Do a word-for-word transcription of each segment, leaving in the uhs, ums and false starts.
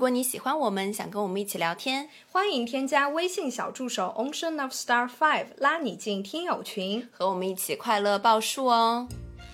如果你喜欢我们，想跟我们一起聊天， 欢迎添加微信小助手 Ocean of Star Five， 拉你进听友群， 和我们一起快乐报数哦。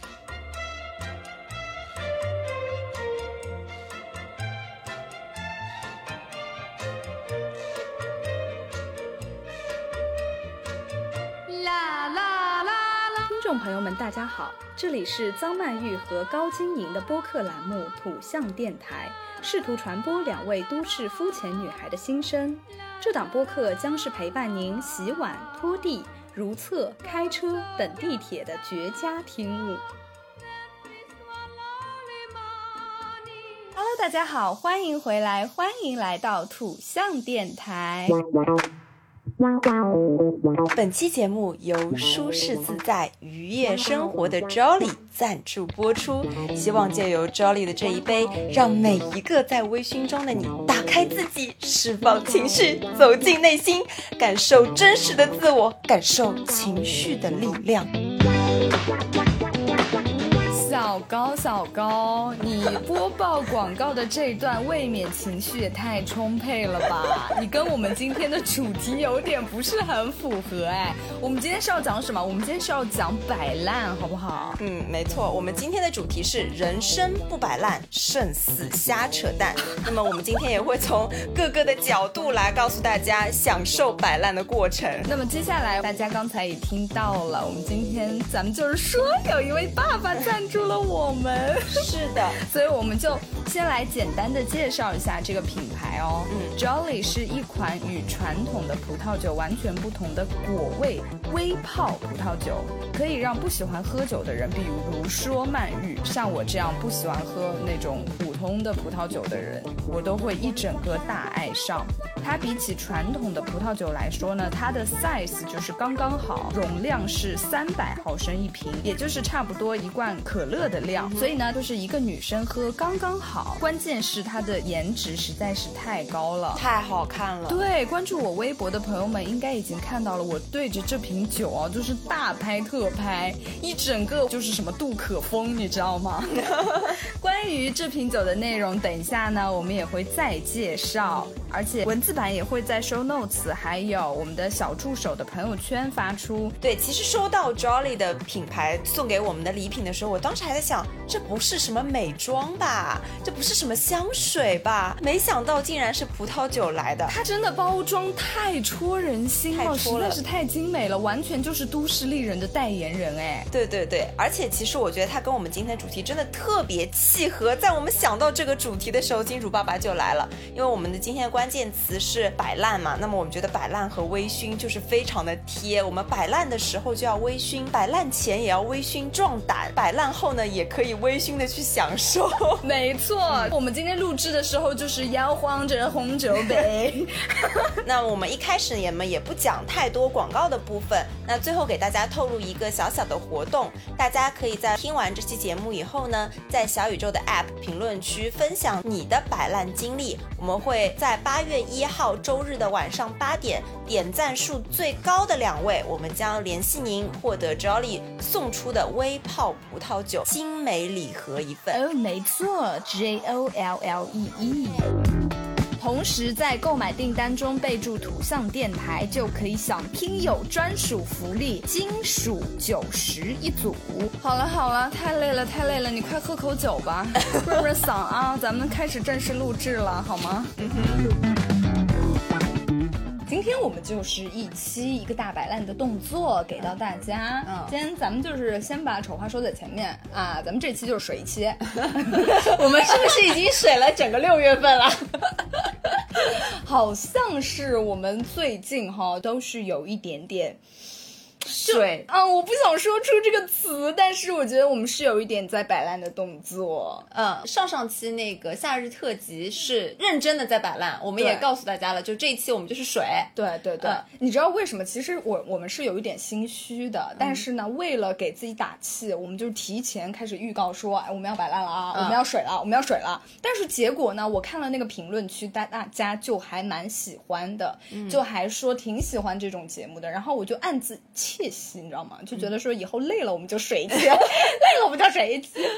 啦啦啦啦！听众朋友们，大家好，这里是张曼玉和高晶莹的播客栏目土象电台，试图传播两位都市肤浅女孩的心声。这档播客将是陪伴您洗碗、拖地、如厕、开车等地铁的绝佳听物。Hello， 大家好，欢迎回来，欢迎来到土象电台。 本期节目由舒适自在愉悦生活的 Jolly 赞助播出，希望借由 Jolly 的这一杯，让每一个在微醺中的你打开自己，释放情绪，走进内心，感受真实的自我，感受情绪的力量。 小高小高，你播报广告的这段未免情绪也太充沛了吧，你跟我们今天的主题有点不是很符合。哎，我们今天是要讲什么？我们今天是要讲摆烂，好不好？ 嗯，没错，我们今天的主题是人生不摆烂，胜似瞎扯淡。那么我们今天也会从各个的角度来告诉大家享受摆烂的过程。 那么接下来大家刚才也听到了，我们今天咱们就是说有一位爸爸赞助了我们。 是的， 所以我们就先来简单的介绍一下这个品牌哦。嗯 Jolly 是一款与传统的葡萄酒完全不同的果味微泡葡萄酒，可以让不喜欢喝酒的人，比如说曼玉，像我这样不喜欢喝那种普通的葡萄酒的人，我都会一整个大爱上。它比起传统的葡萄酒来说呢，它的 size 就是刚刚好，容量是三百毫升一瓶，也就是差不多一罐可乐的量，所以呢就是一个女生喝刚刚好。关键是它的颜值实在是太高了， 太好看了。 对，关注我微博的朋友们应该已经看到了，我对着这瓶酒啊就是大拍特拍，一整个就是什么杜可风，你知道吗？关于这瓶酒的内容，等一下呢我们也会再介绍，而且文字版也会在 show notes 还有我们的小助手的朋友圈发出。 对，其实收到 Jolly 的品牌送给我们的礼品的时候，我当时还在想，这不是什么美妆吧，这不是什么香水吧，没想到竟然是葡萄酒来的。 它真的包装太戳人心了， 实在是太精美了，完全就是都市丽人的代言人。哎， 对对对，而且其实我觉得它跟我们今天的主题真的特别契合，在我们想到这个主题的时候，金主爸爸就来了，因为我们的今天的关键词是摆烂嘛，那么我们觉得摆烂和微醺就是非常的贴，我们摆烂的时候就要微醺，摆烂前也要微醺壮胆，摆烂后呢也可以微醺的去享受。 没错、嗯、我们今天录制的时候就是摇晃着红酒杯。 那我们一开始也们也不讲太多广告的部分，那最后给大家透露一个小小的活动，大家可以在听完这期节目以后呢，在小宇宙的 App 评论区分享你的摆烂经历，我们会在八月一号周日的晚上八点，点赞数最高的两位，我们将联系您获得 Jolly 送出的微泡葡萄酒精美礼盒一份。 哦，没错 J O L L E E。同时在购买订单中备注土象电台，就可以享听友专属福利金属九十一组。好了好了，太累了太累了，你快喝口酒吧，润润嗓啊，咱们开始正式录制了好吗？嗯哼。今天我们就是一期一个大摆烂的动作给到大家。嗯，今天咱们就是先把丑话说在前面啊，咱们这期就是水期。我们是不是已经水了整个六月份了？好像是我们最近哈都是有一点点水啊、嗯，我不想说出这个词，但是我觉得我们是有一点在摆烂的动作。 嗯，上上期那个夏日特辑是认真的在摆烂，我们也告诉大家了，就这一期我们就是水。 对对对、嗯，你知道为什么？其实我我们是有一点心虚的，但是呢，为了给自己打气，我们就提前开始预告说，哎，我们要摆烂了啊、嗯，我们要水了，我们要水了。但是结果呢，我看了那个评论区，大大家就还蛮喜欢的、嗯，就还说挺喜欢这种节目的，然后我就暗自窃喜，你知道吗？就觉得说以后累了我们就水一期，累了我们就水一期。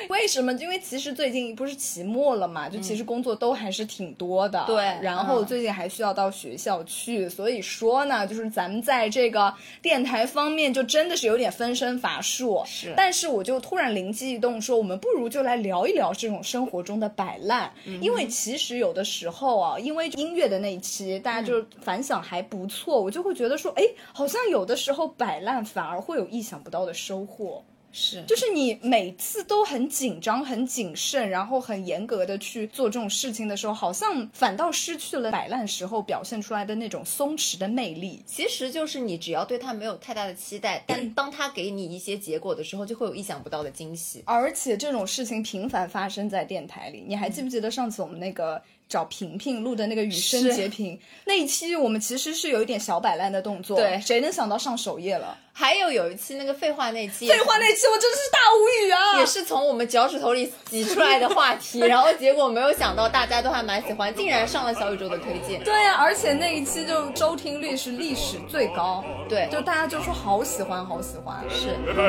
为什么？因为其实最近不是期末了嘛，就其实工作都还是挺多的。 对、 嗯，然后最近还需要到学校去，嗯、所以说呢，就是咱们在这个电台方面就真的是有点分身乏术。 是， 但是我就突然灵机一动说，我们不如就来聊一聊这种生活中的摆烂，嗯、因为其实有的时候啊，因为音乐的那一期大家就反响还不错，嗯、我就会觉得说，哎，好像有的时候摆烂反而会有意想不到的收获。 是， 就是你每次都很紧张很谨慎，然后很严格的去做这种事情的时候，好像反倒失去了摆烂时候表现出来的那种松弛的魅力。 其实就是你只要对他没有太大的期待，但当他给你一些结果的时候，就会有意想不到的惊喜。 而且这种事情频繁发生在电台里，你还记不记得上次我们那个找萍萍录的那个羽生结平那一期，我们其实是有一点小摆烂的动作， 对， 谁能想到上首页了。 还有有一期那个废话那期， 废话那期我真的是大无语啊， 也是从我们脚趾头里挤出来的话题，然后结果没有想到大家都还蛮喜欢，竟然上了小宇宙的推荐。 对呀、啊，而且那一期就收听率是历史最高， 对， 就大家就说好喜欢好喜欢。 是。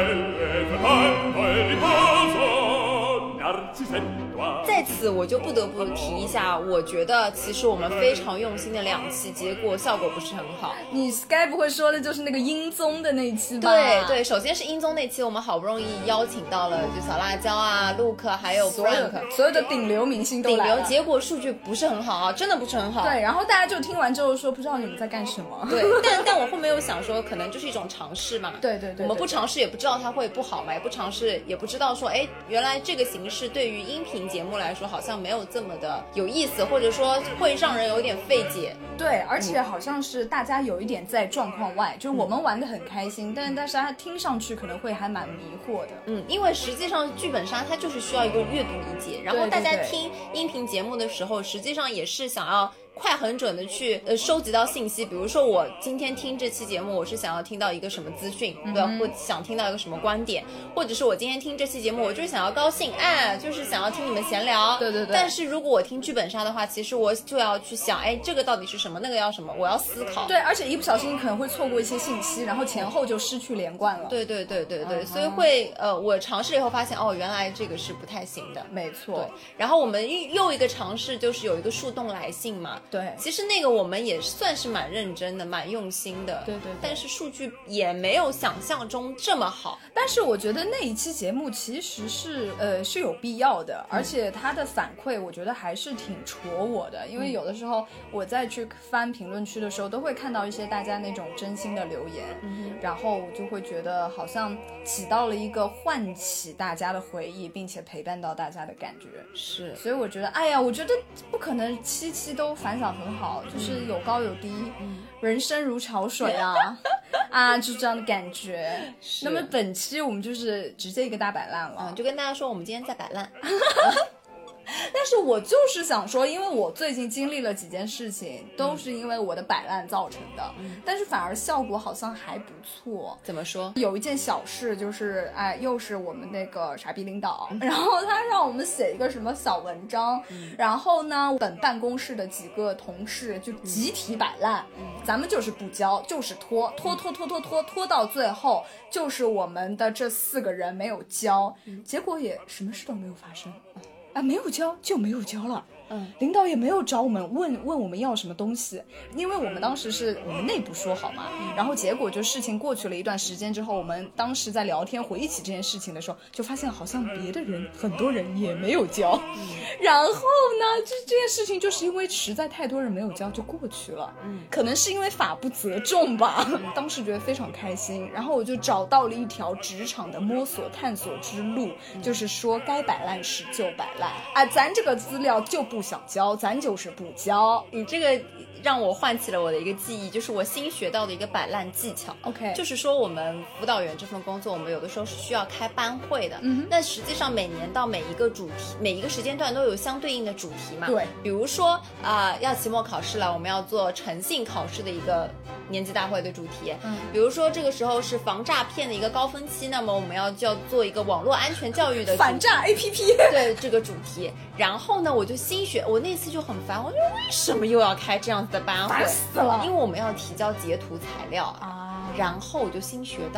在此我就不得不提一下，我觉得其实我们非常用心的两期，结果效果不是很好。 你该不会说的就是那个音综的那一期吧？ 对对，首先是音综那期，我们好不容易邀请到了就小辣椒啊、陆克还有 Frank 所有的顶流明星都来了， 顶流，结果数据不是很好啊，真的不是很好。 对，然后大家就听完之后说不知道你们在干什么。 对，但但我后面又想说，可能就是一种尝试嘛。 对对 对, 对， 我们不尝试也不知道它会不好嘛，也不尝试也不知道说，哎，原来这个形式对于音频节目来说好像没有这么的有意思，或者说会让人有点费解。 对，而且好像是大家有一点在状况外，嗯、就是我们玩得很开心，但但是它听上去可能会还蛮迷惑的。 嗯，因为实际上剧本杀它就是需要一个阅读理解，然后大家听音频节目的时候，实际上也是想要快很准的去呃收集到信息。比如说我今天听这期节目，我是想要听到一个什么资讯，对、嗯，或想听到一个什么观点，或者是我今天听这期节目，我就是想要高兴，哎，就是想要听你们闲聊。 对对对。 但是如果我听剧本杀的话，其实我就要去想，哎，这个到底是什么，那个要什么，我要思考。 对，而且一不小心可能会错过一些信息，然后前后就失去连贯了。 对对对对对，嗯、所以会呃，我尝试了以后发现，哦，原来这个是不太行的。 没错。 对，然后我们又一个尝试就是有一个树洞来信嘛。 对。 其实那个我们也算是蛮认真的，蛮用心的。 对 对, 对。 但是数据也没有想象中这么好。 但是我觉得那一期节目其实是呃是有必要的，而且它的反馈我觉得还是挺戳我的，因为有的时候我在去翻评论区的时候，都会看到一些大家那种真心的留言，嗯、然后我就会觉得好像起到了一个唤起大家的回忆，并且陪伴到大家的感觉。 是， 所以我觉得，哎呀，我觉得不可能期期都反响很好。就是有高有低，嗯、人生如潮水啊，啊，就这样的感觉。那么本期我们就是直接一个大摆烂了， 嗯，就跟大家说我们今天在摆烂。 但是我就是想说，因为我最近经历了几件事情，都是因为我的摆烂造成的，嗯、但是反而效果好像还不错。 怎么说？ 有一件小事就是，哎，又是我们那个傻逼领导，嗯、然后他让我们写一个什么小文章，嗯、然后呢，本办公室的几个同事就集体摆烂，嗯、咱们就是不交，就是拖拖拖拖拖拖拖到最后，就是我们的这四个人没有交，嗯、结果也什么事都没有发生。啊，没有交就没有交了，嗯，领导也没有找我们问问我们要什么东西，因为我们当时是我们内部说好嘛，嗯、然后结果就事情过去了一段时间之后，我们当时在聊天回忆起这件事情的时候，就发现好像别的人很多人也没有交，嗯、然后呢，这这件事情就是因为实在太多人没有交就过去了，嗯，可能是因为法不责众吧，嗯、当时觉得非常开心，然后我就找到了一条职场的摸索探索之路，嗯、就是说该摆烂时就摆烂。啊，咱这个资料就不想交，咱就是不交。 你这个让我唤起了我的一个记忆，就是我新学到的一个摆烂技巧。 OK， 就是说我们辅导员这份工作，我们有的时候是需要开班会的。嗯，那实际上每年到每一个主题、每一个时间段都有相对应的主题嘛。 对， 比如说啊、呃，要期末考试了，我们要做诚信考试的一个年级大会的主题。嗯，比如说这个时候是防诈骗的一个高峰期，那么我们要就要做一个网络安全教育的反诈 A P P。 对这个主题，然后呢，我就心学，我那次就很烦，我说为什么又要开这样子的班会？ 烦死了！ 因为我们要提交截图材料啊，然后我就新学到，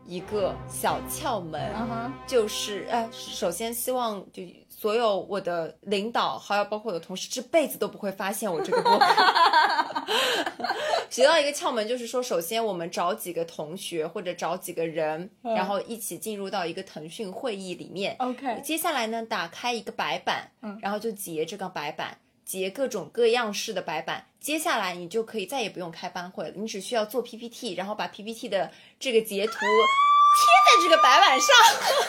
一个小窍门， uh-huh. 就是呃，首先希望就所有我的领导还有包括我的同事这辈子都不会发现我这个播客学到一个窍门，就是说首先我们找几个同学或者找几个人、嗯、然后一起进入到一个腾讯会议里面 OK 接下来呢打开一个白板、嗯、然后就截这个白板，截各种各样式的白板，接下来你就可以再也不用开班会了，你只需要做 P P T， 然后把 P P T 的这个截图贴在这个白板上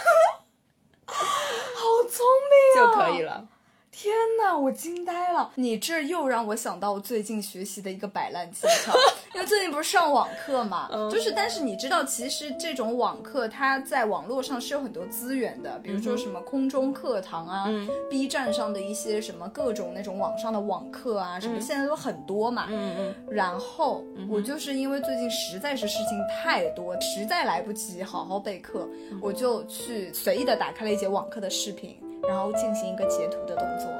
好聪明啊， 就可以了。 天哪，我惊呆了！你这又让我想到我最近学习的一个摆烂技巧，因为最近不是上网课嘛、嗯、就是但是你知道其实这种网课它在网络上是有很多资源的，比如说什么空中课堂啊、嗯、B 站上的一些什么各种那种网上的网课啊什么、嗯、现在都很多嘛。嗯嗯。然后我就是因为最近实在是事情太多，实在来不及好好备课、嗯、我就去随意的打开了一节网课的视频，然后进行一个截图的动作。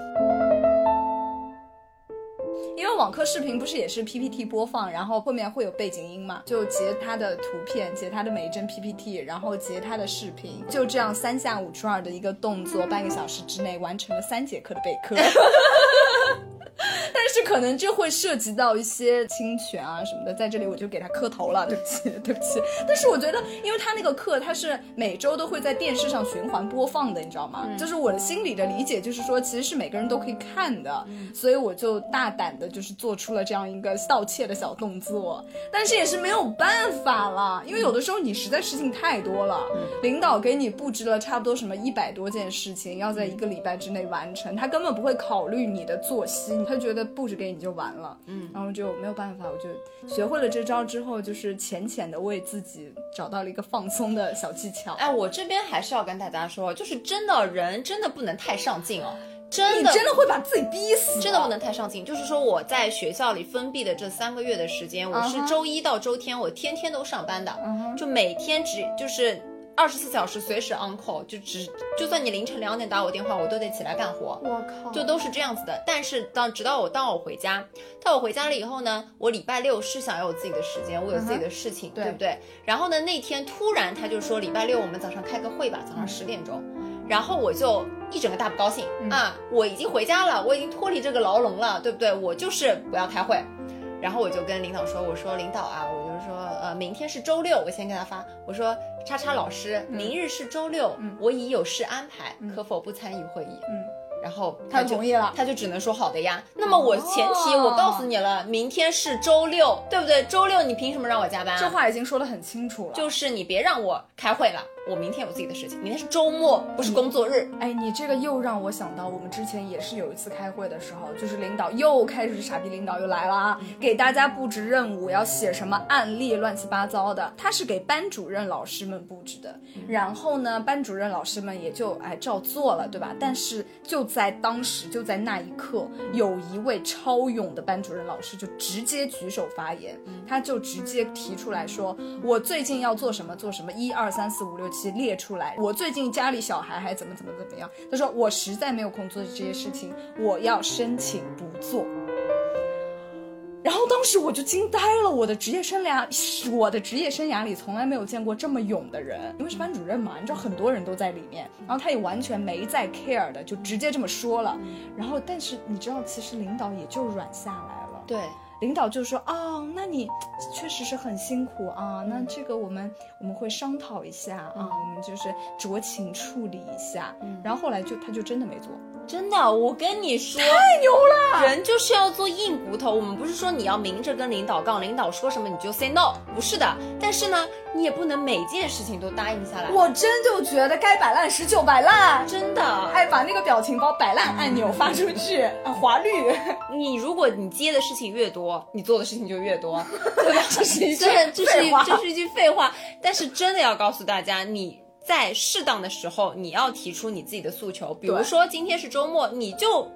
因为网课视频不是也是 P P T 播放，然后后面会有背景音嘛，就截它的图片，截它的每一帧 P P T， 然后截它的视频，就这样三下五除二的一个动作，半个小时之内完成了三节课的备课但是可能这会涉及到一些侵权啊什么的，在这里我就给他磕头了，对不起对不起。但是我觉得因为他那个课他是每周都会在电视上循环播放的，你知道吗、嗯、就是我的心里的理解就是说其实是每个人都可以看的、嗯、所以我就大胆的就是做出了这样一个盗窃的小动作，但是也是没有办法了，因为有的时候你实在事情太多了、嗯、领导给你布置了差不多什么一百多件事情要在一个礼拜之内完成，他根本不会考虑你的作息，他觉得布置给你就完了，嗯，然后就没有办法，我就学会了这招之后，就是浅浅的为自己找到了一个放松的小技巧。 哎，我这边还是要跟大家说，就是真的人真的不能太上进哦，真的你真的会把自己逼死， 真的不能太上进。就是说我在学校里封闭的这三个月的时间，我是周一到周天我天天都上班的， uh-huh. 就每天只就是二十四小时随时 on call， 就只就算你凌晨两点打我电话，我都得起来干活。 我靠， 就都是这样子的。但是当直到我当我回家，到我回家了以后呢，我礼拜六是想要有自己的时间，我有自己的事情， uh-huh. 对不对？然后呢，那天突然他就说礼拜六我们早上开个会吧，早上十点钟。然后我就一整个大不高兴、嗯、啊！我已经回家了，我已经脱离这个牢笼了，对不对？我就是不要开会。然后我就跟领导说，我说领导啊，我就说呃，明天是周六，我先给他发，我说叉叉老师，嗯、明日是周六、嗯，我已有事安排，嗯、可否不参与会议？嗯。然后他就同意了， 他就只能说好的呀。那么我前提我告诉你了、哦，明天是周六，对不对？周六你凭什么让我加班、啊？ 这话已经说得很清楚了， 就是你别让我开会了，我明天有自己的事情，明天是周末，不是工作日。 哎，你这个又让我想到，我们之前也是有一次开会的时候，就是领导又开始傻逼领导又来了啊，给大家布置任务，要写什么案例，乱七八糟的。他是给班主任老师们布置的，然后呢，班主任老师们也就哎照做了，对吧？但是就在当时。就在那一刻，有一位超勇的班主任老师就直接举手发言，他就直接提出来说，我最近要做什么做什么，一二三四五六七列出来，我最近家里小孩还怎么怎么怎么样，他说我实在没有空做这些事情，我要申请不做。然后当时我就惊呆了，我的职业生涯我的职业生涯里从来没有见过这么勇的人，因为是班主任嘛，你知道很多人都在里面，然后他也完全没在 care 的，就直接这么说了。然后但是你知道其实领导也就软下来了， 对， 领导就说哦，那你确实是很辛苦啊，那这个我们我们会商讨一下啊，我们就是酌情处理一下。然后后来就他就真的没做。 真的，我跟你说， 太牛了！ 人就是要做硬骨头。我们不是说你要明着跟领导杠，领导说什么你就 say no， 不是的。但是呢，你也不能每件事情都答应下来。 我真就觉得该摆烂时就摆烂， 真的。 哎，把那个表情包摆烂按钮发出去，啊，滑绿。 你如果你接的事情越多，你做的事情就越多，对吧？ 这是一句这是这是一句废话。但是真的要告诉大家，你。在适当的时候你要提出你自己的诉求，比如说今天是周末，你就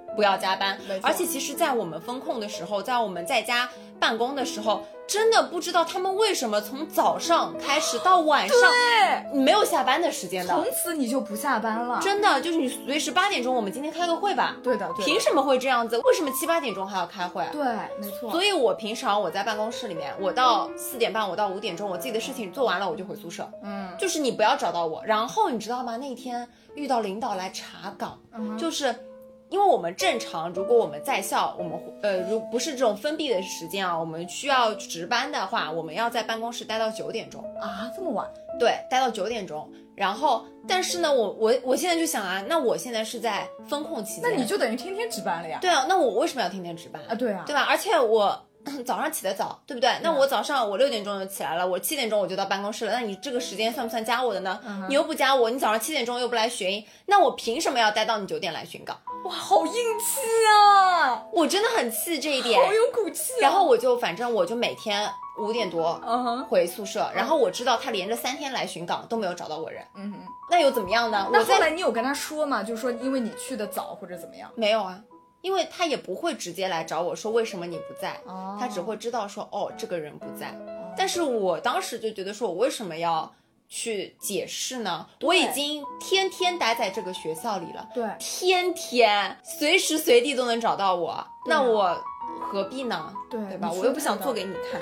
不要加班。 而且其实在我们风控的时候，在我们在家办公的时候，真的不知道他们为什么从早上开始到晚上你没有下班的时间的， 从此你就不下班了。 真的就是你随时八点钟我们今天开个会吧， 对的对的， 凭什么会这样子？为什么七八点钟还要开会？ 对，没错。 所以我平常我在办公室里面，我到四点半我到五点钟我自己的事情做完了我就回宿舍，嗯，就是你不要找到我。然后你知道吗，那天遇到领导来查岗，嗯，就是因为我们正常，如果我们在校，我们呃，如不是这种封闭的时间啊，我们需要值班的话，我们要在办公室待到九点钟啊，这么晚？ 对，待到九点钟。然后，但是呢，我我我现在就想啊，那我现在是在风控期间， 那你就等于天天值班了呀？ 对啊，那我为什么要天天值班啊？对啊， 对吧？而且我早上起得早，对不对？那我早上我六点钟就起来了，我七点钟我就到办公室了。那你这个时间算不算加我的呢？嗯、你又不加我，你早上七点钟又不来巡，那我凭什么要待到你九点来巡岗？ 哇，好硬气啊！ 我真的很气这一点， 好有骨气、啊。 然后我就反正我就每天五点多回宿舍， uh-huh. 然后我知道他连着三天来巡岗都没有找到我人，嗯哼，那又怎么样呢？ 那后来你有跟他说吗？就是说因为你去的早或者怎么样？ 没有啊。因为他也不会直接来找我说为什么你不在，哦、他只会知道说哦这个人不在、哦，但是我当时就觉得说我为什么要去解释呢？我已经天天待在这个学校里了， 对， 天天随时随地都能找到我，那我何必呢？ 对， 对吧？我又不想做给你看。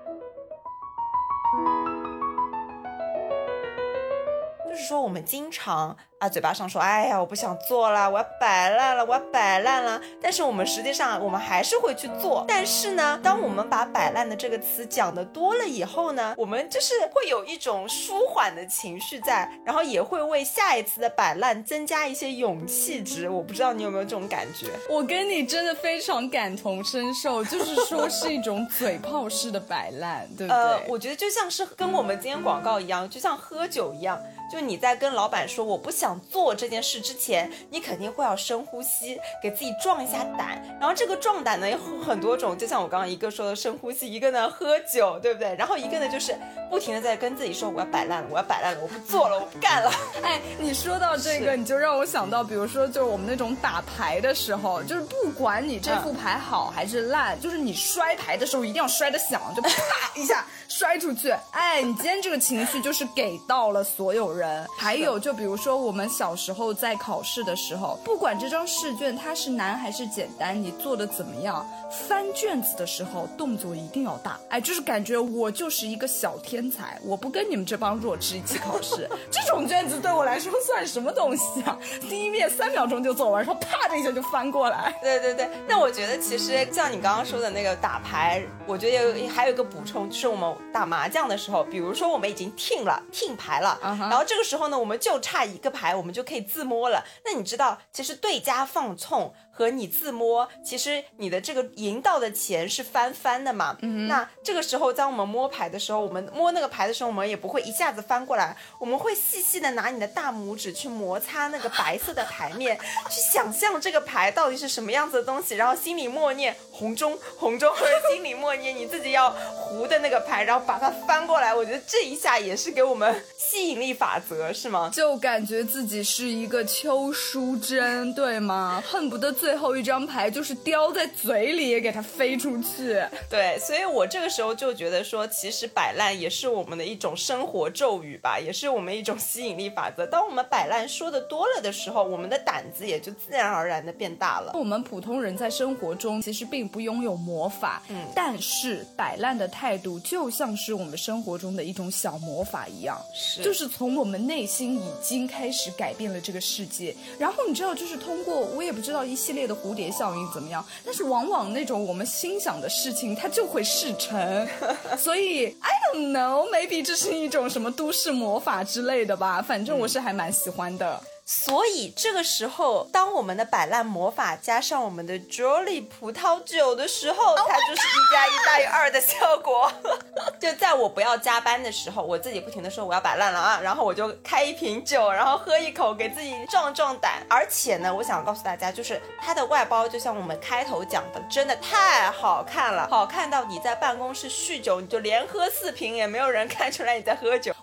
就是说我们经常啊嘴巴上说哎呀我不想做了，我要摆烂了，我要摆烂了，但是我们实际上我们还是会去做。但是呢，当我们把摆烂的这个词讲得多了以后呢，我们就是会有一种舒缓的情绪在，然后也会为下一次的摆烂增加一些勇气值。我不知道你有没有这种感觉？ 我跟你真的非常感同身受，就是说是一种嘴炮式的摆烂，对不对？ 呃，我觉得就像是跟我们今天广告一样，就像喝酒一样，就你在跟老板说我不想做这件事之前，你肯定会要深呼吸，给自己壮一下胆。然后这个壮胆呢有很多种，就像我刚刚一个说的深呼吸，一个呢喝酒，对不对？然后一个呢就是不停的在跟自己说我要摆烂了，我要摆烂了，我不做了，我不干了。 哎，你说到这个，你就让我想到，比如说就是我们那种打牌的时候，就是不管你这副牌好还是烂，嗯、就是你摔牌的时候一定要摔得响，就啪一下摔出去。哎，你今天这个情绪就是给到了所有人。还有就比如说我们小时候在考试的时候，不管这张试卷它是难还是简单，你做的怎么样，翻卷子的时候动作一定要大。哎，就是感觉我就是一个小天才，我不跟你们这帮弱智一起考试。这种卷子对我来说算什么东西啊？第一遍三秒钟就做完，然后啪的一下就翻过来。 对对对，那我觉得其实像你刚刚说的那个打牌，我觉得有还有一个补充，就是我们打麻将的时候，比如说我们已经听了听牌了、uh-huh. 然后这个时候呢我们就差一个牌我们就可以自摸了。那你知道其实对家放冲和你自摸，其实你的这个赢到的钱是翻翻的嘛、嗯、那这个时候当我们摸牌的时候，我们摸那个牌的时候，我们也不会一下子翻过来，我们会细细的拿你的大拇指去摩擦那个白色的牌面去想象这个牌到底是什么样子的东西，然后心里默念红中红中，或者心里默念你自己要胡的那个牌，然后把它翻过来。我觉得这一下也是给我们吸引力法则，是吗？ 就感觉自己是一个邱淑贞，对吗？恨不得最后一张牌就是叼在嘴里也给它飞出去。 对，所以我这个时候就觉得说，其实摆烂也是我们的一种生活咒语吧，也是我们一种吸引力法则。当我们摆烂说的多了的时候，我们的胆子也就自然而然的变大了。 我们普通人在生活中其实并不拥有魔法，嗯，但是摆烂的态度就像是我们生活中的一种小魔法一样，是，就是从我们内心已经开始改变了这个世界。然后你知道，就是通过我也不知道一系列的蝴蝶效应怎么样，但是往往那种我们心想的事情它就会事成。所以 I don't know, maybe 这是一种什么都市魔法之类的吧，反正我是还蛮喜欢的。 所以这个时候，当我们的摆烂魔法加上我们的 Jolly 葡萄酒的时候， oh、它就是一加一大于二的效果。就在我不要加班的时候，我自己不停的说我要摆烂了啊，然后我就开一瓶酒，然后喝一口，给自己壮壮胆。而且呢，我想告诉大家，就是它的外包就像我们开头讲的，真的太好看了，好看到你在办公室酗酒，你就连喝四瓶也没有人看出来你在喝酒。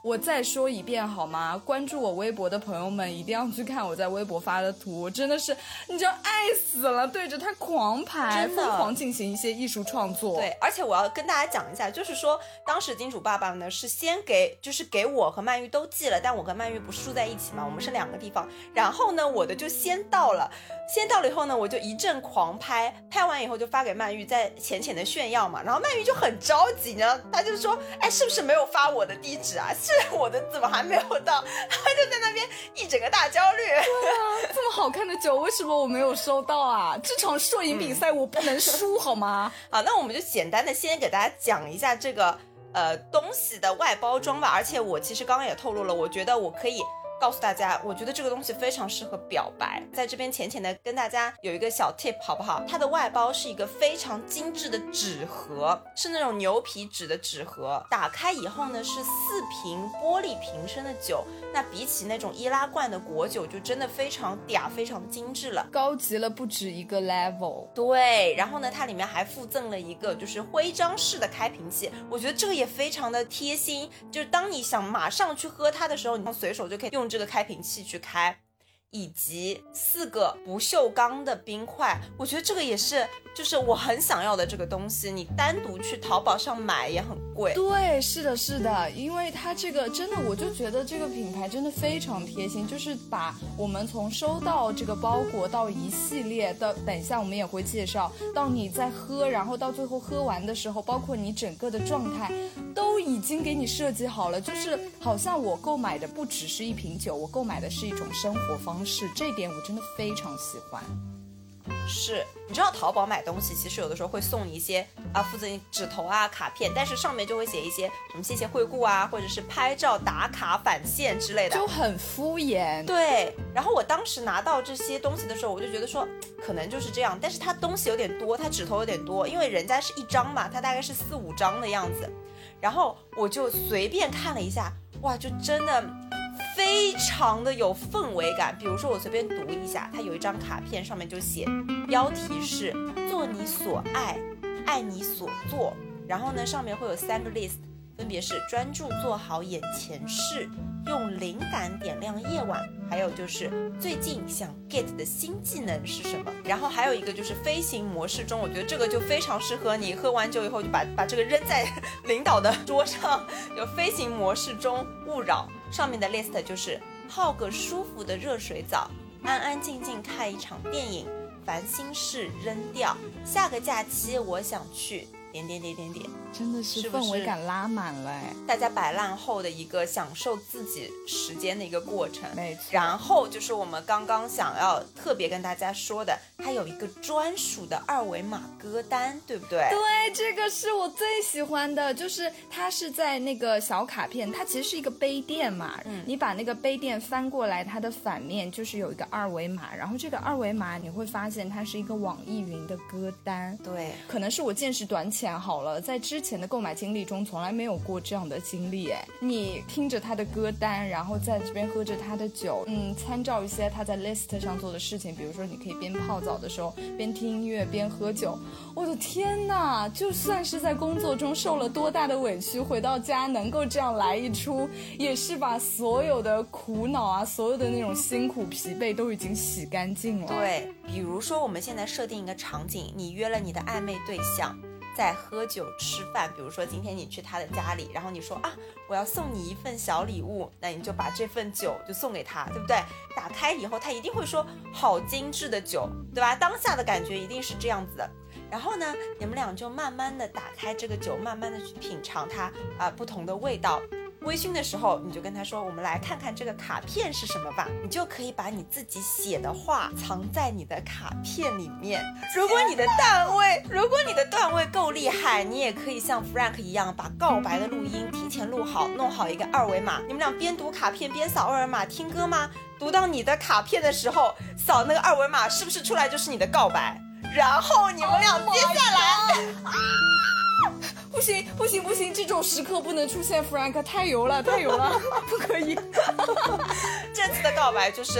我再说一遍好吗？关注我微博的朋友们一定要去看我在微博发的图，我真的是你知道爱死了，对着它狂拍，疯狂进行一些艺术创作。 对，而且我要跟大家讲一下，就是说当时金主爸爸呢是先给就是给我和曼玉都寄了，但我跟曼玉不是住在一起嘛，我们是两个地方，然后呢我的就先到了，先到了以后呢我就一阵狂拍，拍完以后就发给曼玉，在浅浅的炫耀嘛，然后曼玉就很着急，你知道，他就说哎是不是没有发我的地址啊，是我的怎么还没有到，他就在那边一整个大焦虑。对啊，这么好看的酒为什么我没有收到啊？这场摄影比赛我不能输、嗯、好吗？ 好，那我们就简单的先给大家讲一下这个呃东西的外包装吧，而且我其实刚刚也透露了，我觉得我可以告诉大家，我觉得这个东西非常适合表白，在这边浅浅的跟大家有一个小 tip 好不好？它的外包是一个非常精致的纸盒，是那种牛皮纸的纸盒，打开以后呢是四瓶玻璃瓶身的酒，那比起那种易拉罐的果酒就真的非常嗲，非常精致了， 高级了不止一个 level。 对，然后呢它里面还附赠了一个就是徽章式的开瓶器，我觉得这个也非常的贴心，就是当你想马上去喝它的时候，你随手就可以用这个开瓶器去开，以及四个不锈钢的冰块，我觉得这个也是就是我很想要的这个东西，你单独去淘宝上买也很贵。 对，是的是的，因为它这个真的我就觉得这个品牌真的非常贴心，就是把我们从收到这个包裹到一系列的，等一下我们也会介绍到你在喝，然后到最后喝完的时候，包括你整个的状态都已经给你设计好了，就是好像我购买的不只是一瓶酒，我购买的是一种生活方式，这一点我真的非常喜欢。 是，你知道淘宝买东西其实有的时候会送你一些啊，附赠纸头啊卡片，但是上面就会写一些什么谢谢惠顾啊，或者是拍照打卡返现之类的， 就很敷衍。 对，然后我当时拿到这些东西的时候，我就觉得说可能就是这样，但是它东西有点多，它纸头有点多，因为人家是一张嘛，它大概是四五张的样子，然后我就随便看了一下，哇，就真的非常的有氛围感。比如说我随便读一下，它有一张卡片，上面就写标题是做你所爱，爱你所做，然后呢上面会有三个 list， 分别是专注做好眼前事，用灵感点亮夜晚，还有就是最近想 get 的新技能是什么，然后还有一个就是飞行模式中，我觉得这个就非常适合你喝完酒以后就把把这个扔在领导的桌上，有飞行模式中勿扰，上面的 list 就是泡个舒服的热水澡，安安静静看一场电影，烦心事扔掉，下个假期我想去点点点点点， 真的是氛围感拉满了哎！ 大家摆烂后的一个享受自己时间的一个过程。 没错。 然后就是我们刚刚想要特别跟大家说的，它有一个专属的二维码歌单，对不对？ 对，这个是我最喜欢的，就是它是在那个小卡片，它其实是一个杯垫嘛，嗯，你把那个杯垫翻过来，它的反面就是有一个二维码，然后这个二维码你会发现它是一个网易云的歌单。 对， 可能是我见识短浅好了，在之前的购买经历中从来没有过这样的经历哎。你听着他的歌单，然后在这边喝着他的酒，嗯，参照一些他在 list 上做的事情，比如说你可以边泡澡的时候边听音乐边喝酒。我的天哪，就算是在工作中受了多大的委屈，回到家能够这样来一出，也是把所有的苦恼啊，所有的那种辛苦疲惫都已经洗干净了。 对，比如说我们现在设定一个场景，你约了你的暧昧对象在喝酒吃饭，比如说今天你去他的家里，然后你说啊我要送你一份小礼物，那你就把这份酒就送给他，对不对？打开以后他一定会说好精致的酒，对吧？当下的感觉一定是这样子的。然后呢你们俩就慢慢的打开这个酒，慢慢的去品尝它啊、呃、不同的味道。微醺的时候你就跟他说我们来看看这个卡片是什么吧，你就可以把你自己写的话藏在你的卡片里面。如果你的段位如果你的段位够厉害，你也可以像 Frank 一样把告白的录音提前录好，弄好一个二维码，你们俩边读卡片边扫二维码听歌吗？读到你的卡片的时候扫那个二维码，是不是出来就是你的告白？然后你们俩接下来、oh 不行不行不行，这种时刻不能出现 Frank， 太油了太油了不可以这次的告白就是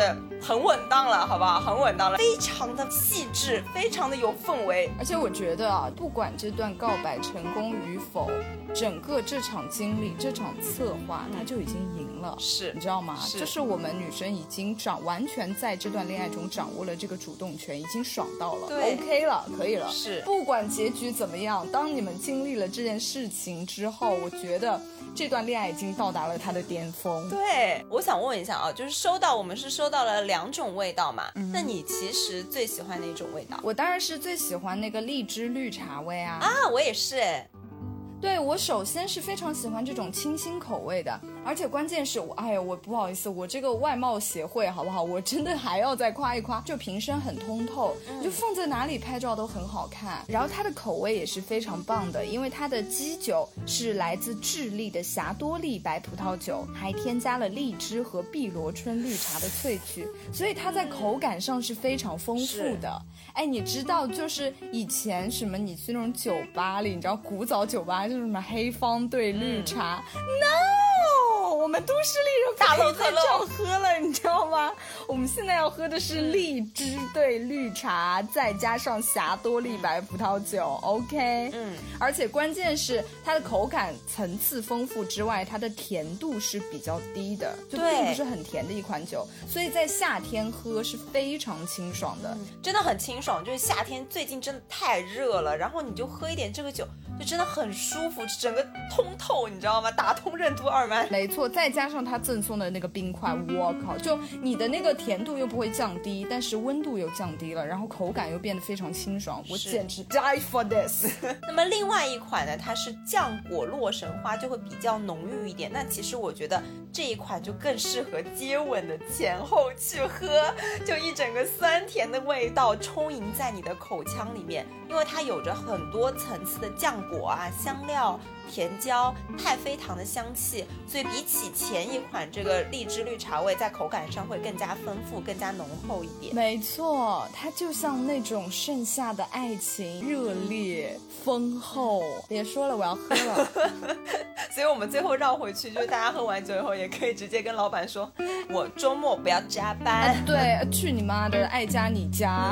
很稳当了，好不好？很稳当了，非常的细致，非常的有氛围。 而且我觉得啊，不管这段告白成功与否，整个这场经历，这场策划，它就已经赢了。 是， 你知道吗？ 是， 就是我们女生已经掌完全在这段恋爱中掌握了这个主动权，已经爽到了， 对 ，OK 了，可以了。 是， 不管结局怎么样，当你们经历了这件事情之后，我觉得这段恋爱已经到达了它的巅峰。 对，我想问一下啊，就是收到我们是收到了两种味道嘛、嗯、那你其实最喜欢哪种味道？ 我当然是最喜欢那个荔枝绿茶味啊。 啊，我也是哎。 对，我首先是非常喜欢这种清新口味的，而且关键是我，哎呀，我不好意思，我这个外貌协会好不好？我真的还要再夸一夸，就瓶身很通透，嗯、就放在哪里拍照都很好看。然后它的口味也是非常棒的，因为它的基酒是来自智利的霞多丽白葡萄酒，还添加了荔枝和碧螺春绿茶的萃取，所以它在口感上是非常丰富的。哎，你知道就是以前什么你去那种酒吧里，你知道古早酒吧就是什么黑方对绿茶、嗯、，no， 我们都市丽人大漏特漏这样喝了，你知道吗？我们现在要喝的是荔枝对绿茶，再加上霞多丽白葡萄酒 ，OK， 嗯，而且关键是它的口感层次丰富之外，它的甜度是比较低的，就并不是很甜的一款酒，所以在夏天喝是非常清爽的、嗯， 真的很清爽。就是夏天最近真的太热了，然后你就喝一点这个酒，就真的很舒服，整个通透，你知道吗？打通任督二脉。 没错，再加上它赠送的那个冰块，我靠，就你的那个甜度又不会降低，但是温度又降低了，然后口感又变得非常清爽，我简直 die for this。 那么另外一款呢，它是浆果洛神花，就会比较浓郁一点。那其实我觉得这一款就更适合接吻的前后去喝，就一整个酸甜的味道充盈在你的口腔里面，因为它有着很多层次的浆果啊、香料、甜椒、太妃糖的香气，所以比起前一款这个荔枝绿茶味，在口感上会更加丰富、更加浓厚一点。 没错，它就像那种盛夏的爱情，热烈丰厚。别说了，我要喝了。 所以我们最后绕回去，就是大家喝完酒以后，也可以直接跟老板说，我周末不要加班。 啊、对，去你妈的，爱加你加。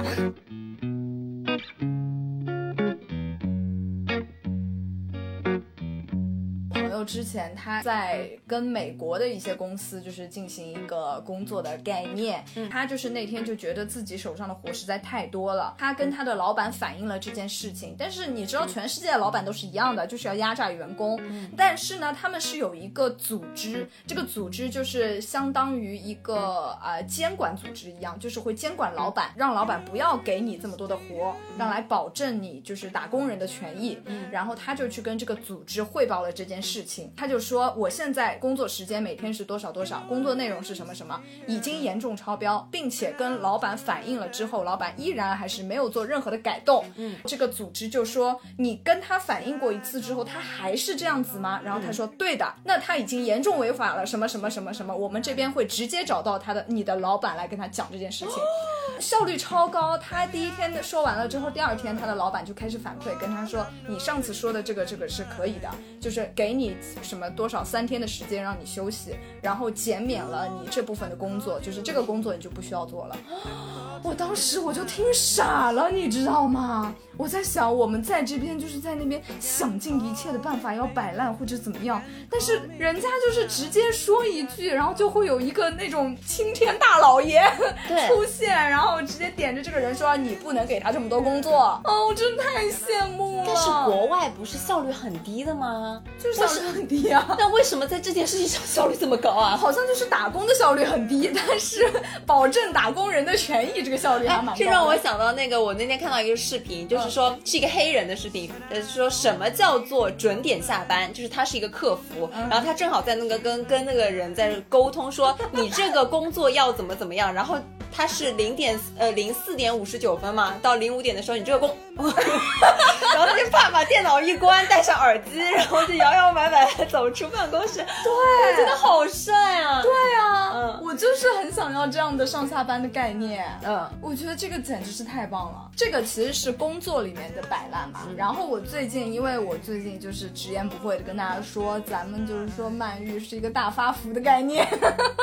之前他在跟美国的一些公司就是进行一个工作的概念、嗯、他就是那天就觉得自己手上的活实在太多了，他跟他的老板反映了这件事情，但是你知道全世界的老板都是一样的，就是要压榨员工、嗯、但是呢他们是有一个组织，这个组织就是相当于一个呃监管组织一样，就是会监管老板，让老板不要给你这么多的活，让来保证你就是打工人的权益、嗯、然后他就去跟这个组织汇报了这件事情，他就说我现在工作时间每天是多少多少，工作内容是什么什么，已经严重超标，并且跟老板反映了之后，老板依然还是没有做任何的改动。嗯，这个组织就说你跟他反映过一次之后，他还是这样子吗？然后他说、嗯、对的，那他已经严重违法了，什么什么什么什么，我们这边会直接找到他的你的老板来跟他讲这件事情。效率超高，他第一天说完了之后，第二天他的老板就开始反馈跟他说，你上次说的这个这个是可以的，就是给你什么多少三天的时间让你休息，然后减免了你这部分的工作，就是这个工作你就不需要做了。我当时我就听傻了，你知道吗？我在想我们在这边就是在那边想尽一切的办法要摆烂或者怎么样，但是人家就是直接说一句，然后就会有一个那种青天大老爷出现，然后直接点着这个人说你不能给他这么多工作。哦，我真的太羡慕了。 但是国外不是效率很低的吗？ 就是效率很低啊。 那为什么在这件事情上效率这么高啊？ 好像就是打工的效率很低，但是保证打工人的权益这个效率还蛮高的。 这让我想到那个我那天看到一个视频，就是说、嗯、是一个黑人的视频，就是说什么叫做准点下班，就是他是一个客服、嗯、然后他正好在那个跟跟那个人在沟通说你这个工作要怎么怎么样，然后他是零点呃零四点五十九分嘛，到零五点的时候你这个工然后他就怕把电脑一关，戴上耳机，然后就摇摇摆摆走出办公室。对，真的好帅啊。 对啊、嗯、我就是很想要这样的上下班的概念。嗯，我觉得这个简直是太棒了。这个其实是工作里面的摆烂嘛、嗯、然后我最近因为我最近就是直言不讳的跟大家说，咱们就是说曼玉是一个大发福的概念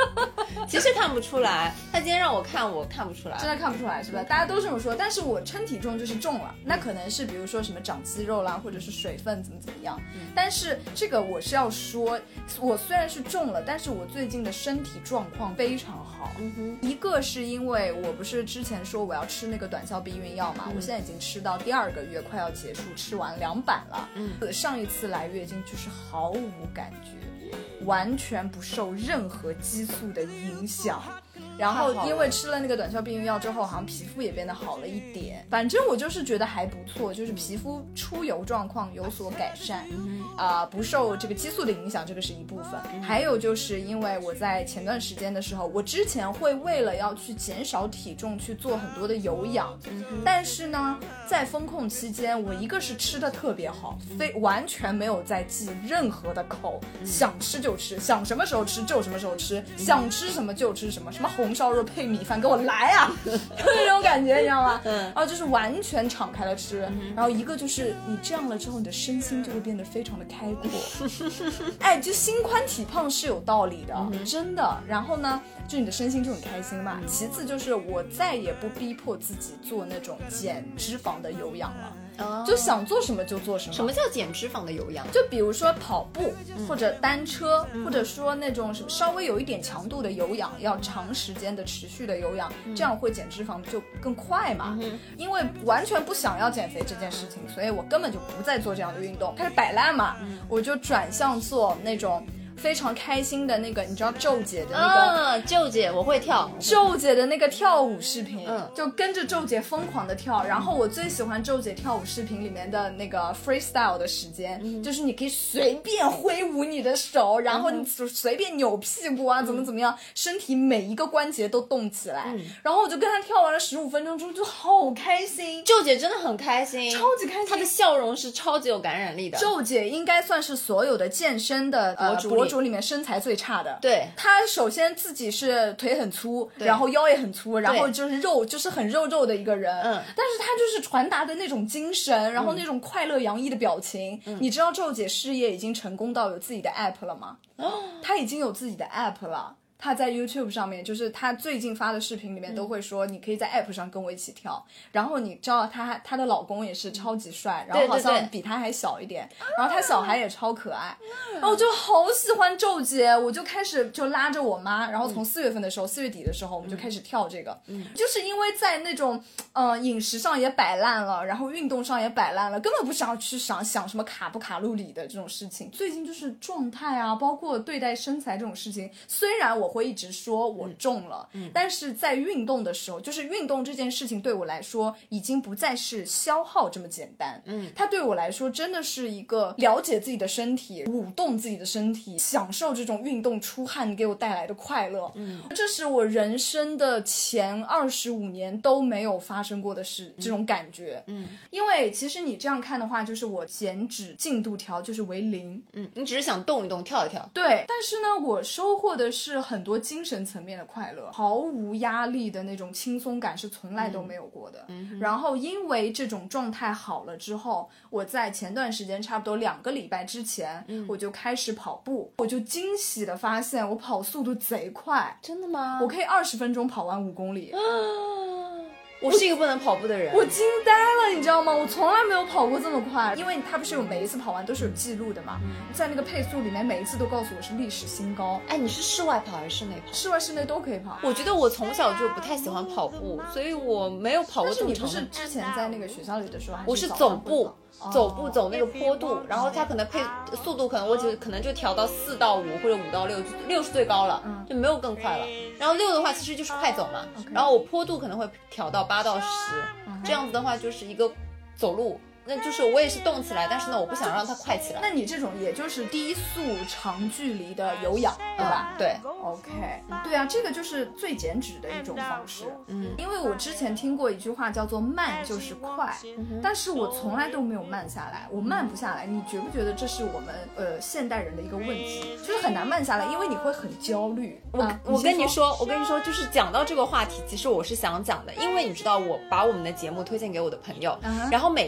其实看不出来，他今天让我看我看不出来， 真的看不出来是吧？大家都这么说，但是我称体重就是重了，那可能是比如说什么长肌肉啦，或者是水分怎么怎么样、嗯、但是这个我是要说，我虽然是重了，但是我最近的身体状况非常好、嗯、哼一个是因为我不是之前说我要吃那个短效避孕药嘛、嗯、我现在已经吃到第二个月快要结束，吃完两板了，嗯，上一次来月经就是毫无感觉，完全不受任何激素的影响，然后因为吃了那个短效避孕药之后，好像皮肤也变得好了一点，反正我就是觉得还不错，就是皮肤出油状况有所改善，啊、呃，不受这个激素的影响，这个是一部分。还有就是因为我在前段时间的时候，我之前会为了要去减少体重去做很多的有氧，但是呢，在风控期间，我一个是吃的特别好，非完全没有在忌任何的口，想吃就吃，想什么时候吃就什么时候吃，想吃什么就吃什么，什么红烧肉配米饭给我来啊，就那种感觉你知道吗？然后就是完全敞开了吃，然后一个就是你这样了之后，你的身心就会变得非常的开阔哎，就心宽体胖是有道理的、嗯、真的。然后呢，就你的身心就很开心嘛。其次就是我再也不逼迫自己做那种减脂肪的有氧了，就想做什么就做什么。 什么叫减脂肪的有氧？ 就比如说跑步、嗯、或者单车、嗯、或者说那种什么稍微有一点强度的有氧，要长时间的持续的有氧、嗯、这样会减脂肪就更快嘛、嗯、因为完全不想要减肥这件事情，所以我根本就不再做这样的运动，开始摆烂嘛、嗯、我就转向做那种非常开心的那个，你知道宙姐的那个啊，宙姐我会跳， 宙姐的那个跳舞视频，嗯，就跟着宙姐疯狂的跳。然后我最喜欢宙姐跳舞视频里面的那个 freestyle 的时间、嗯、就是你可以随便挥舞你的手，然后你随便扭屁股啊、嗯、怎么怎么样，身体每一个关节都动起来、嗯、然后我就跟她跳完了十五分钟之后就好开心。 宙姐真的很开心， 超级开心， 她的笑容是超级有感染力的。 宙姐应该算是所有的健身的博主、呃、博主里面身材最差的。 对， 她首先自己是腿很粗，然后腰也很粗，然后就是肉就是很肉肉的一个人，嗯，但是她就是传达的那种精神，然后那种快乐洋溢的表情、嗯、你知道宙姐事业已经成功到有自己的 app 了吗？哦，她已经有自己的 app 了。她在 YouTube 上面，就是她最近发的视频里面都会说你可以在 app 上跟我一起跳、嗯、然后你知道她她的老公也是超级帅、嗯、然后好像比她还小一点，对对对，然后她小孩也超可爱、嗯、然后我就好喜欢宙姐，我就开始就拉着我妈，然后从四月份的时候四、嗯、月底的时候我们就开始跳这个、嗯、就是因为在那种呃饮食上也摆烂了，然后运动上也摆烂了，根本不想去想想什么卡不卡路里的这种事情。最近就是状态啊，包括对待身材这种事情，虽然我会一直说我重了、嗯嗯、但是在运动的时候，就是运动这件事情对我来说已经不再是消耗这么简单，嗯，它对我来说真的是一个了解自己的身体，舞动自己的身体，享受这种运动出汗给我带来的快乐，嗯，这是我人生的前二十五年都没有发生过的事、嗯、这种感觉，嗯，因为其实你这样看的话，就是我减脂进度条就是为零， 嗯，你只是想动一动跳一跳， 对，但是呢我收获的是很多精神层面的快乐，毫无压力的那种轻松感是从来都没有过的、嗯、然后因为这种状态好了之后，我在前段时间差不多两个礼拜之前、嗯、我就开始跑步，我就惊喜的发现我跑速度贼快。 真的吗？ 我可以二十分钟跑完五公里、啊， 我是一个不能跑步的人， 我惊呆了，你知道吗？我从来没有跑过这么快，因为他不是有每一次跑完都是有记录的嘛、嗯、在那个配速里面每一次都告诉我是历史新高。 哎，你是室外跑还是室内跑？ 室外室内都可以跑。 我觉得我从小就不太喜欢跑步，所以我没有跑过这么长。 但是你不是之前在那个学校里的时候还是我是走步走步走那个坡度，然后它可能配速度可能我就可能就调到四到五或者五到六，六是最高了、嗯、就没有更快了，然后六的话其实就是快走嘛、okay. 然后我坡度可能会调到八到十、uh-huh. 这样子的话就是一个走路，那就是我也是动起来，但是呢我不想让它快起来。 那你这种也就是低速长距离的有氧对吧、 嗯、对 OK、嗯、对啊，这个就是最减脂的一种方式。嗯，因为我之前听过一句话叫做慢就是快、嗯、但是我从来都没有慢下来，我慢不下来。你觉不觉得这是我们呃现代人的一个问题，就是很难慢下来，因为你会很焦虑。 我、啊、我跟你说我跟你说就是讲到这个话题，其实我是想讲的，因为你知道我把我们的节目推荐给我的朋友、uh-huh. 然后每次我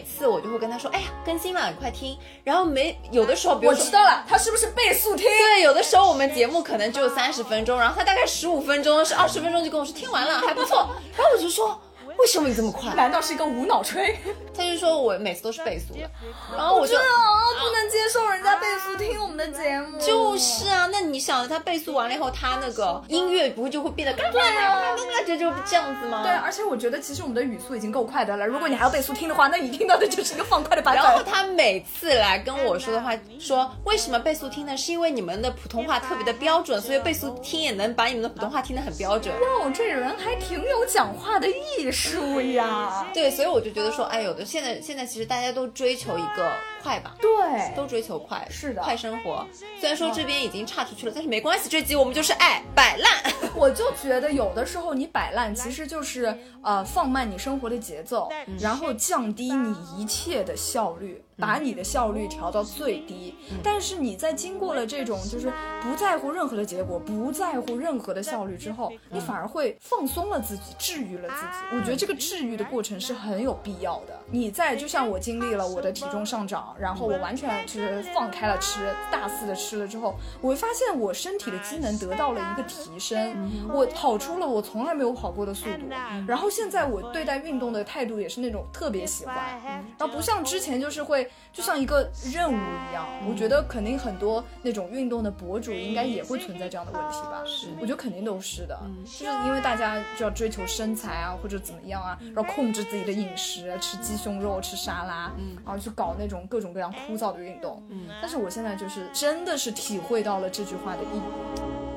就会跟他说，哎呀更新了，你快听。然后没有的时候比如说我知道了，他是不是倍速听？ 对，有的时候我们节目可能只有三十分钟，然后他大概十五分钟是二十分钟就跟我说听完了还不错，然后我就说为什么你这么快？ 难道是一个无脑吹？ 他就说我每次都是倍速的，然后我就啊不能接受人家倍速听我们的节目。 就是啊，那你想他倍速完了以后，他那个音乐不会就会变得嘎嘎嘎嘎嘎，这就这样子吗？ 对，而且我觉得其实我们的语速已经够快的了，如果你还要倍速听的话，那你听到的就是一个放快的版本。 然后他每次来跟我说的话，说为什么倍速听呢？是因为你们的普通话特别的标准，所以倍速听也能把你们的普通话听得很标准。 哇，这人还挺有讲话的艺术呀。 对，所以我就觉得说，哎，有的现在现在其实大家都追求一个快吧， 对， 都追求快， 是的， 快生活。虽然说这边已经岔出去了，但是没关系，这集我们就是爱摆烂。 我就觉得有的时候你摆烂，其实就是呃放慢你生活的节奏，嗯、然后降低你一切的效率。把你的效率调到最低、嗯、但是你在经过了这种就是不在乎任何的结果，不在乎任何的效率之后、嗯、你反而会放松了自己，治愈了自己。我觉得这个治愈的过程是很有必要的。你在就像我经历了我的体重上涨，然后我完全就是放开了吃，大肆的吃了之后，我会发现我身体的机能得到了一个提升、嗯、我跑出了我从来没有跑过的速度、嗯、然后现在我对待运动的态度也是那种特别喜欢、嗯、然后不像之前就是会就像一个任务一样、嗯、我觉得肯定很多那种运动的博主应该也会存在这样的问题吧。是，我觉得肯定都是的、嗯、就是因为大家就要追求身材啊或者怎么样啊，然后控制自己的饮食，吃鸡胸肉，吃沙拉、嗯、然后去搞那种各种各样枯燥的运动、嗯、但是我现在就是真的是体会到了这句话的意义。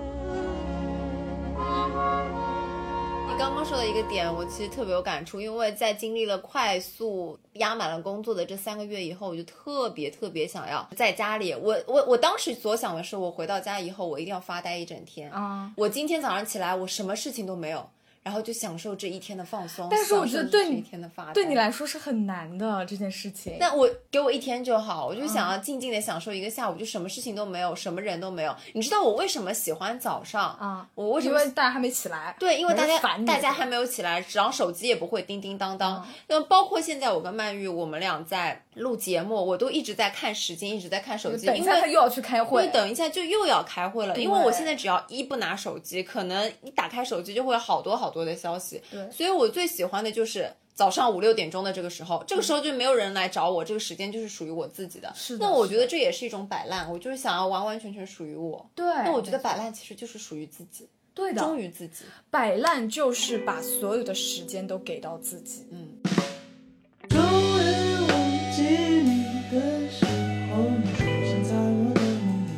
刚刚说的一个点我其实特别有感触，因为在经历了快速压满了工作的这三个月以后，我就特别特别想要在家里，我我我当时所想的是我回到家以后我一定要发呆一整天啊！我今天早上起来我什么事情都没有，然后就享受这一天的放松。 但是我觉得对你一天的发呆对你来说是很难的这件事情。 但我给我一天就好，我就想要静静的享受一个下午，就什么事情都没有，什么人都没有。你知道我为什么喜欢早上啊？我为什么？ 因为大家还没起来。对， 因为大家大家还没有起来，然后手机也不会叮叮当当。那、嗯、包括现在我跟曼玉，我们俩在录节目，我都一直在看时间，一直在看手机。 等一下他又要去开会， 因为等一下就又要开会了。因为我现在只要一不拿手机，可能一打开手机就会有好多好多的消息。对，所以我最喜欢的就是早上五六点钟的这个时候，这个时候就没有人来找我，这个时间就是属于我自己的。是的。那我觉得这也是一种摆烂，我就是想要完完全全属于我。对。那我觉得摆烂其实就是属于自己。对的。忠于自己。 摆烂就是把所有的时间都给到自己。嗯。终于忘记你的时候，你出现在我的梦里。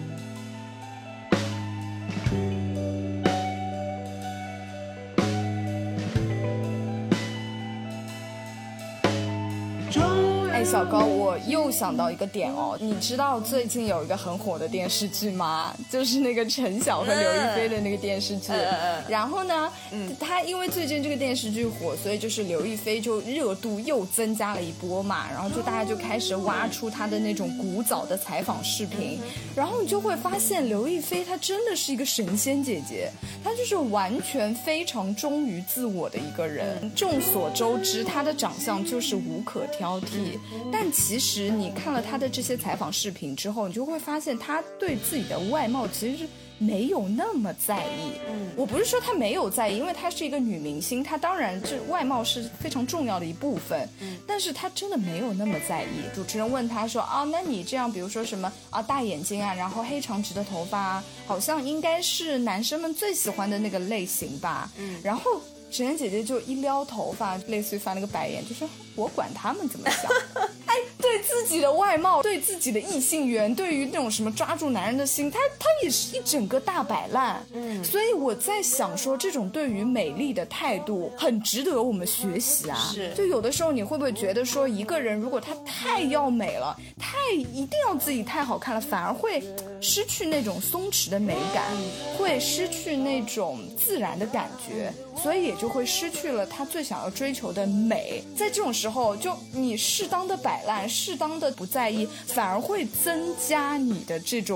哎，小高，我又想到一个点哦，你知道最近有一个很火的电视剧吗？就是那个陈晓和刘亦菲的那个电视剧。嗯、然后呢，嗯，他因为最近这个电视剧火，所以就是刘亦菲就热度又增加了一波嘛，然后就大家就开始挖出她的那种古早的采访视频，然后你就会发现刘亦菲她真的是一个神仙姐姐，她就是完全非常忠于自我的一个人。众所周知，她的长相就是无可挑剔。但其实你看了她的这些采访视频之后，你就会发现她对自己的外貌其实是没有那么在意。嗯，我不是说她没有在意，因为她是一个女明星，她当然这外貌是非常重要的一部分。嗯，但是她真的没有那么在意。主持人问她说啊，那你这样比如说什么啊大眼睛啊，然后黑长直的头发啊，好像应该是男生们最喜欢的那个类型吧。嗯，然后陈妍姐姐就一撩头发，类似于翻了个白眼，就说我管他们怎么想。哎，对自己的外貌，对自己的异性缘，对于那种什么抓住男人的心，她她也是一整个大摆烂。嗯，所以我在想说，这种对于美丽的态度很值得我们学习啊。是，就有的时候你会不会觉得说，一个人如果他太要美了，太一定要自己太好看了，反而会失去那种松弛的美感，会失去那种自然的感觉，所以也就会失去了他最想要追求的美。在这种时候，就你适当的摆烂，适当的不在意，反而会增加你的这种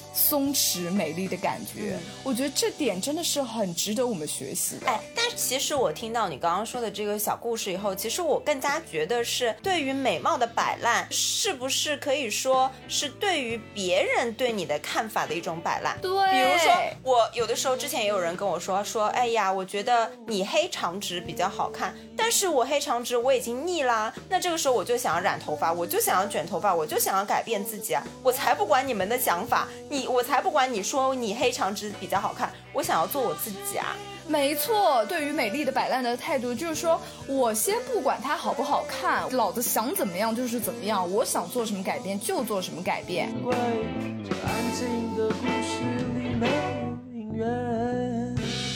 松弛美丽的感觉、嗯、我觉得这点真的是很值得我们学习的。 哎，但是其实我听到你刚刚说的这个小故事以后，其实我更加觉得是对于美貌的摆烂，是不是可以说是对于别人对你的看法的一种摆烂。 对， 比如说我有的时候之前也有人跟我说说哎呀，我觉得你黑长直比较好看，但是我黑长直我已经腻啦，那这个时候我就想要染头发，我就想要卷头发，我就想要改变自己啊，我才不管你们的想法，你我才不管你说你黑长直比较好看，我想要做我自己啊。 没错，对于美丽的摆烂的态度就是说，我先不管它好不好看，老子想怎么样就是怎么样，我想做什么改变就做什么改变。 怪这安静的故事里没有音乐。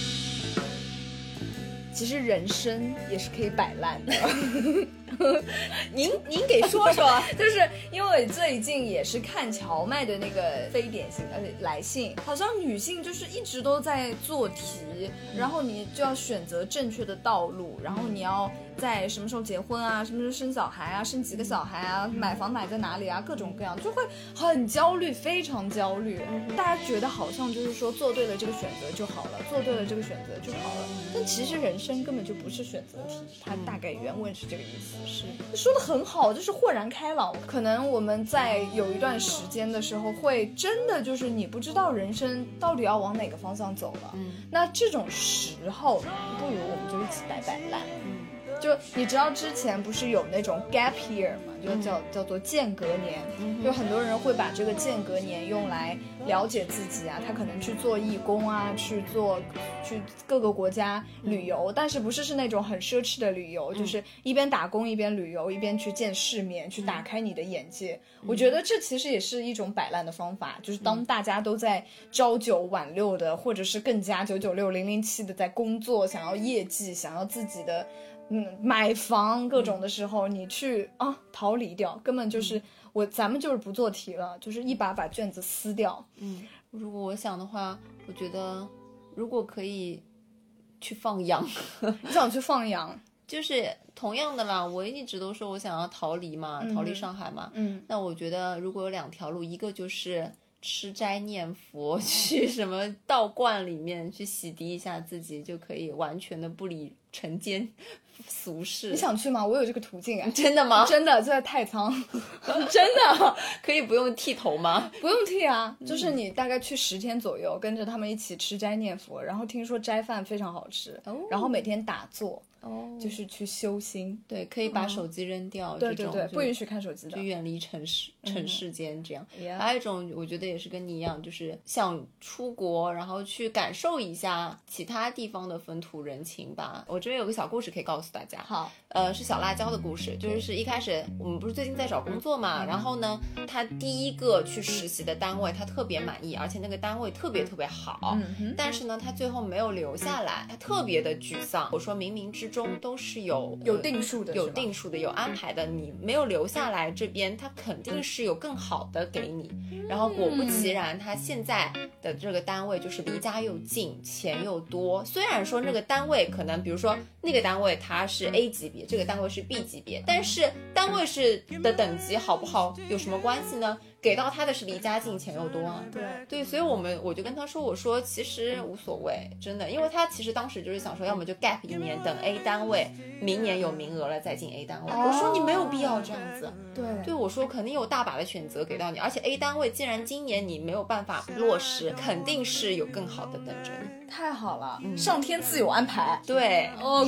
其实人生也是可以摆烂的您您给说说就是因为最近也是看荞麦的那个非典型而且来信，好像女性就是一直都在做题，然后你就要选择正确的道路，然后你要在什么时候结婚啊，什么时候生小孩啊，生几个小孩啊，买房买在哪里啊，各种各样，就会很焦虑，非常焦虑。大家觉得好像就是说做对了这个选择就好了，做对了这个选择就好了，但其实人生根本就不是选择题，它大概原文是这个意思。是说的很好，就是豁然开朗。可能我们在有一段时间的时候会真的就是你不知道人生到底要往哪个方向走了，嗯，那这种时候不如我们就一起摆摆烂。嗯，就你知道之前不是有那种 gap year 吗？就叫、嗯、叫做间隔年，就很多人会把这个间隔年用来了解自己啊，他可能去做义工啊，去做去各个国家旅游，但是不是是那种很奢侈的旅游，就是一边打工一边旅游，一边去见世面，去打开你的眼界。我觉得这其实也是一种摆烂的方法，就是当大家都在朝九晚六的，或者是更加九九六零零七的在工作，想要业绩，想要自己的嗯，买房各种的时候，你去啊逃离掉，根本就是我咱们就是不做题了，就是一把把卷子撕掉。 嗯，如果我想的话，我觉得如果可以去放羊， 你想去放羊， 就是同样的啦。我一直都说我想要逃离嘛，嗯、逃离上海嘛。嗯，那我觉得如果有两条路，一个就是吃斋念佛，去什么道观里面去洗涤一下自己，就可以完全的不理尘间俗世。 你想去吗？我有这个途径啊。 真的吗？ 真的，就在太仓真的可以不用剃头吗？ 不用剃啊，就是你大概去十天左右，跟着他们一起吃斋念佛，然后听说斋饭非常好吃、哦、然后每天打坐哦，就是去修心。 对，可以把手机扔掉、嗯、 对对对，不允许看手机的， 就远离尘世尘世间这样、 嗯、 还有一种我觉得也是跟你一样，就是想出国，然后去感受一下其他地方的风土人情吧。我这边有个小故事可以告诉大家。 好， 呃，是小辣椒的故事，就是一开始我们不是最近在找工作嘛，然后呢他第一个去实习的单位他特别满意，而且那个单位特别特别好、嗯、但是呢他最后没有留下来，他特别的沮丧。我说冥冥之中都是有有定数的， 有定数的，有安排的，你没有留下来，这边他肯定是有更好的给你。然后果不其然，他现在的这个单位就是离家又近，钱又多。虽然说那个单位可能比如说那个单位它是 A 级别，这个单位是 B 级别，但是单位是的等级好不好有什么关系呢？给到他的是离家近，钱又多啊。 对对，所以我们我就跟他说，我说其实无所谓，真的，因为他其实当时就是想说，要么就 gap 一年，等 A 单位明年有名额了再进 A 单位、哦、我说你没有必要这样子。 对对，我说肯定有大把的选择给到你，而且 A 单位既然今年你没有办法落实，肯定是有更好的等着你。 太好了、嗯、上天自有安排。 对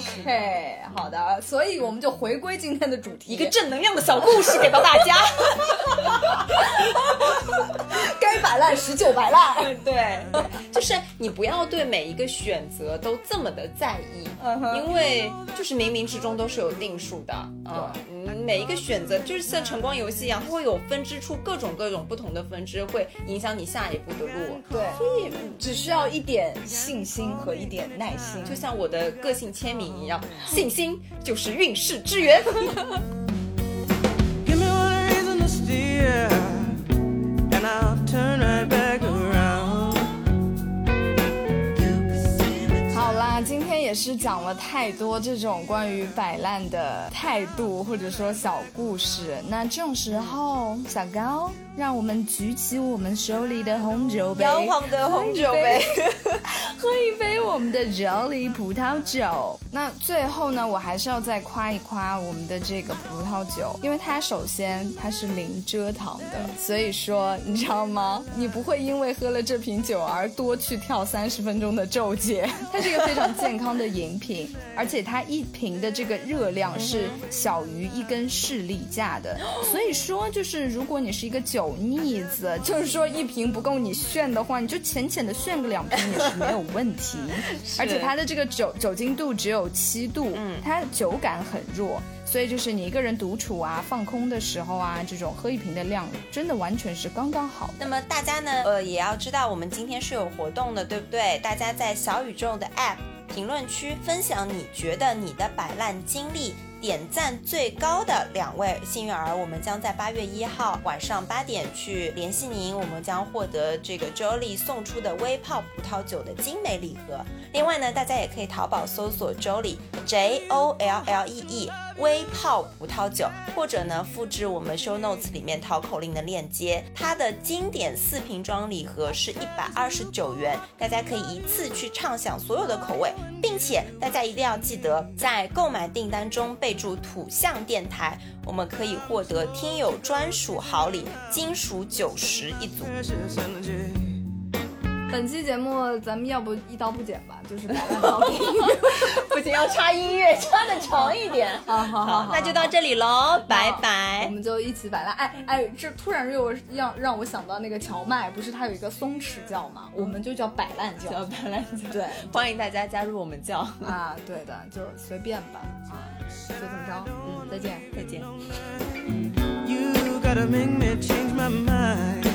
OK 好的，所以我们就回归今天的主题， 一个正能量的小故事给到大家该摆烂时就摆烂对，就是你不要对每一个选择都这么的在意、uh-huh. 因为就是冥冥之中都是有定数的、嗯、每一个选择就是像晨光游戏一样，它会有分支出各种各种不同的分支，会影响你下一步的路。 对，所以只需要一点信心和一点耐心， 就像我的个性签名一样，信心就是运势之源好啦，今天也是讲了太多这种关于摆烂的态度或者说小故事，那这种时候小高让我们举起我们手里的红酒杯， 摇晃的红酒杯喝一杯我们的 Jolly 葡萄酒。那最后呢，我还是要再夸一夸我们的这个葡萄酒，因为它首先它是零蔗糖的，所以说你知道吗，你不会因为喝了这瓶酒而多去跳三十分钟的骤解，它是一个非常健康的饮品，而且它一瓶的这个热量是小于一根士力架的，所以说就是如果你是一个酒腻子，就是说一瓶不够你炫的话，你就浅浅的炫个两瓶也是没有问题而且它的这个酒酒精度只有七度，嗯，它酒感很弱，所以就是你一个人独处啊放空的时候啊，这种喝一瓶的量真的完全是刚刚好。 那么大家呢呃也要知道我们今天是有活动的，对不对？大家在小宇宙的 App 评论区分享你觉得你的摆烂经历，点赞最高的两位幸运儿，我们将在八月一号晚上八点去联系您，我们将获得这个 Jolly 送出的微泡葡萄酒的精美礼盒。另外呢，大家也可以淘宝搜索 Jolly J O L L E E 微泡葡萄酒，或者呢复制我们 show notes 里面淘口令的链接，它的经典四瓶装礼盒是一百二十九元，大家可以一次去畅享所有的口味，并且大家一定要记得在购买订单中备注土象电台，我们可以获得听友专属好礼金属酒十一组。 本期节目咱们要不一刀不剪吧，就是摆烂到底不行，要插音乐，插的长一点。 好好好好， 那就到这里喽，拜拜。 我们就一起摆烂。哎哎，这突然又让让我想到那个荞麦，不是它有一个松弛教吗？我们就叫摆烂教， 叫摆烂教。 对， 欢迎大家加入我们教啊，对的，就随便吧啊，就这么着，嗯，再见， 再见。 You gotta make me change my mind.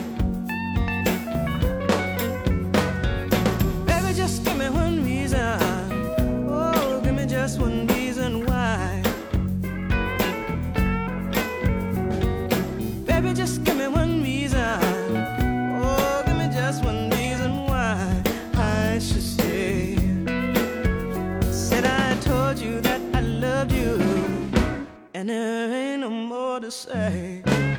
Baby, just give me one reason. Oh, give me just one reason why. Baby, just give me one reason. Oh, give me just one reason why I should stay. Said I told you that I loved you, and there ain't no more to say.